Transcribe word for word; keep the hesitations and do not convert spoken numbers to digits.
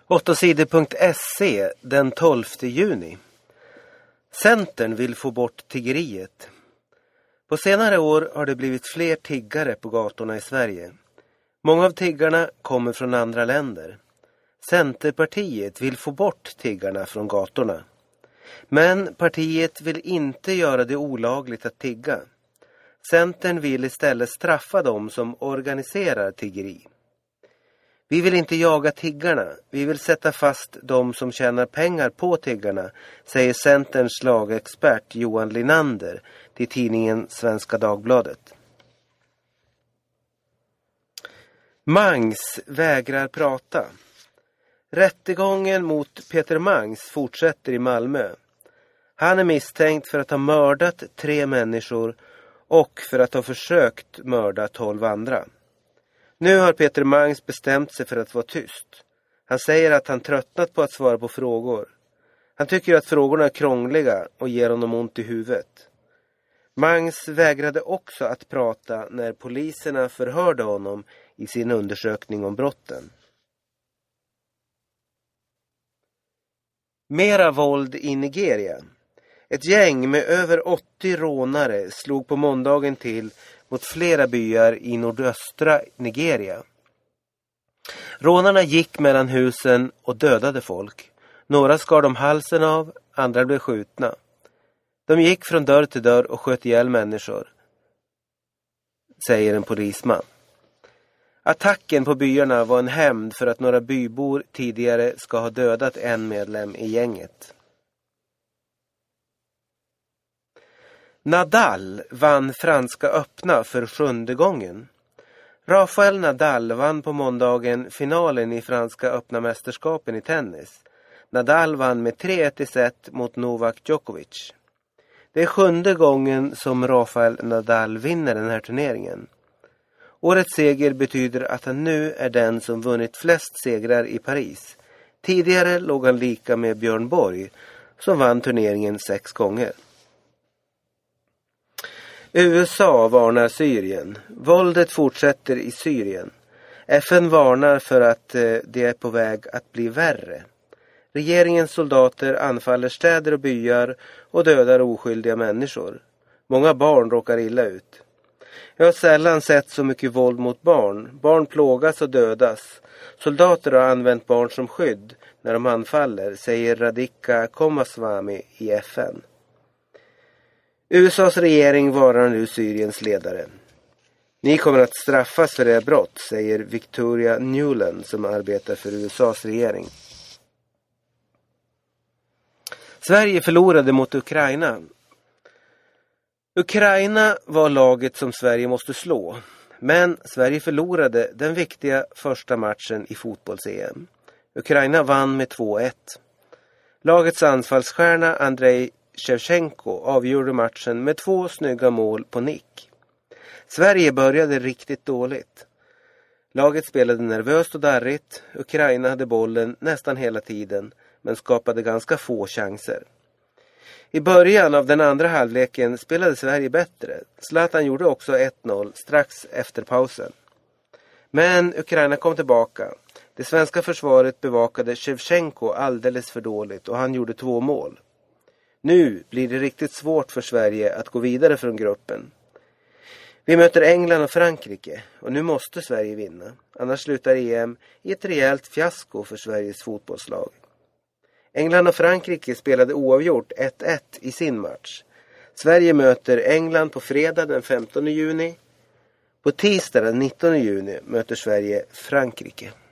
åtta sidor punkt se den tolfte juni. Centern vill få bort tiggeriet. På senare år har det blivit fler tiggare på gatorna i Sverige. Många av tiggarna kommer från andra länder. Centerpartiet vill få bort tiggarna från gatorna. Men partiet vill inte göra det olagligt att tigga. Centern vill istället straffa dem som organiserar tiggeri. Vi vill inte jaga tiggarna, vi vill sätta fast de som tjänar pengar på tiggarna, säger Centerns lagexpert Johan Linander till tidningen Svenska Dagbladet. Mangs vägrar prata. Rättegången mot Peter Mangs fortsätter i Malmö. Han är misstänkt för att ha mördat tre människor och för att ha försökt mörda tolv andra. Nu har Peter Mangs bestämt sig för att vara tyst. Han säger att han tröttnat på att svara på frågor. Han tycker att frågorna är krångliga och ger honom ont i huvudet. Mangs vägrade också att prata när poliserna förhörde honom i sin undersökning om brotten. Mera våld i Nigeria. Ett gäng med över åttio rånare slog på måndagen till mot flera byar i nordöstra Nigeria. Rånarna gick mellan husen och dödade folk. Några skar de halsen av, andra blev skjutna. De gick från dörr till dörr och sköt ihjäl människor, säger en polisman. Attacken på byarna var en hämnd för att några bybor tidigare ska ha dödat en medlem i gänget. Nadal vann franska öppna för sjunde gången. Rafael Nadal vann på måndagen finalen i franska öppna mästerskapen i tennis. Nadal vann med tre ett i set mot Novak Djokovic. Det är sjunde gången som Rafael Nadal vinner den här turneringen. Årets seger betyder att han nu är den som vunnit flest segrar i Paris. Tidigare låg han lika med Björn Borg som vann turneringen sex gånger. U S A varnar Syrien. Våldet fortsätter i Syrien. F N varnar för att eh, det är på väg att bli värre. Regeringens soldater anfaller städer och byar och dödar oskyldiga människor. Många barn råkar illa ut. Jag har sällan sett så mycket våld mot barn. Barn plågas och dödas. Soldater har använt barn som skydd när de anfaller, säger Radhika Komaswamy i F N. U S A:s regering varar nu Syriens ledare. Ni kommer att straffas för det brott, säger Victoria Newland som arbetar för U S A:s regering. Sverige förlorade mot Ukraina. Ukraina var laget som Sverige måste slå. Men Sverige förlorade den viktiga första matchen i fotbolls-E M. Ukraina vann med två ett. Lagets anfallsstjärna Andrei Shevchenko avgjorde matchen med två snygga mål på nick. Sverige började riktigt dåligt. Laget spelade nervöst och darrigt. Ukraina hade bollen nästan hela tiden men skapade ganska få chanser. I början av den andra halvleken spelade Sverige bättre. Zlatan gjorde också ett noll strax efter pausen. Men Ukraina kom tillbaka. Det svenska försvaret bevakade Shevchenko alldeles för dåligt och han gjorde två mål. Nu blir det riktigt svårt för Sverige att gå vidare från gruppen. Vi möter England och Frankrike och nu måste Sverige vinna. Annars slutar E M i ett rejält fiasko för Sveriges fotbollslag. England och Frankrike spelade oavgjort ett ett i sin match. Sverige möter England på fredag den femtonde juni. På tisdag den nittonde juni möter Sverige Frankrike.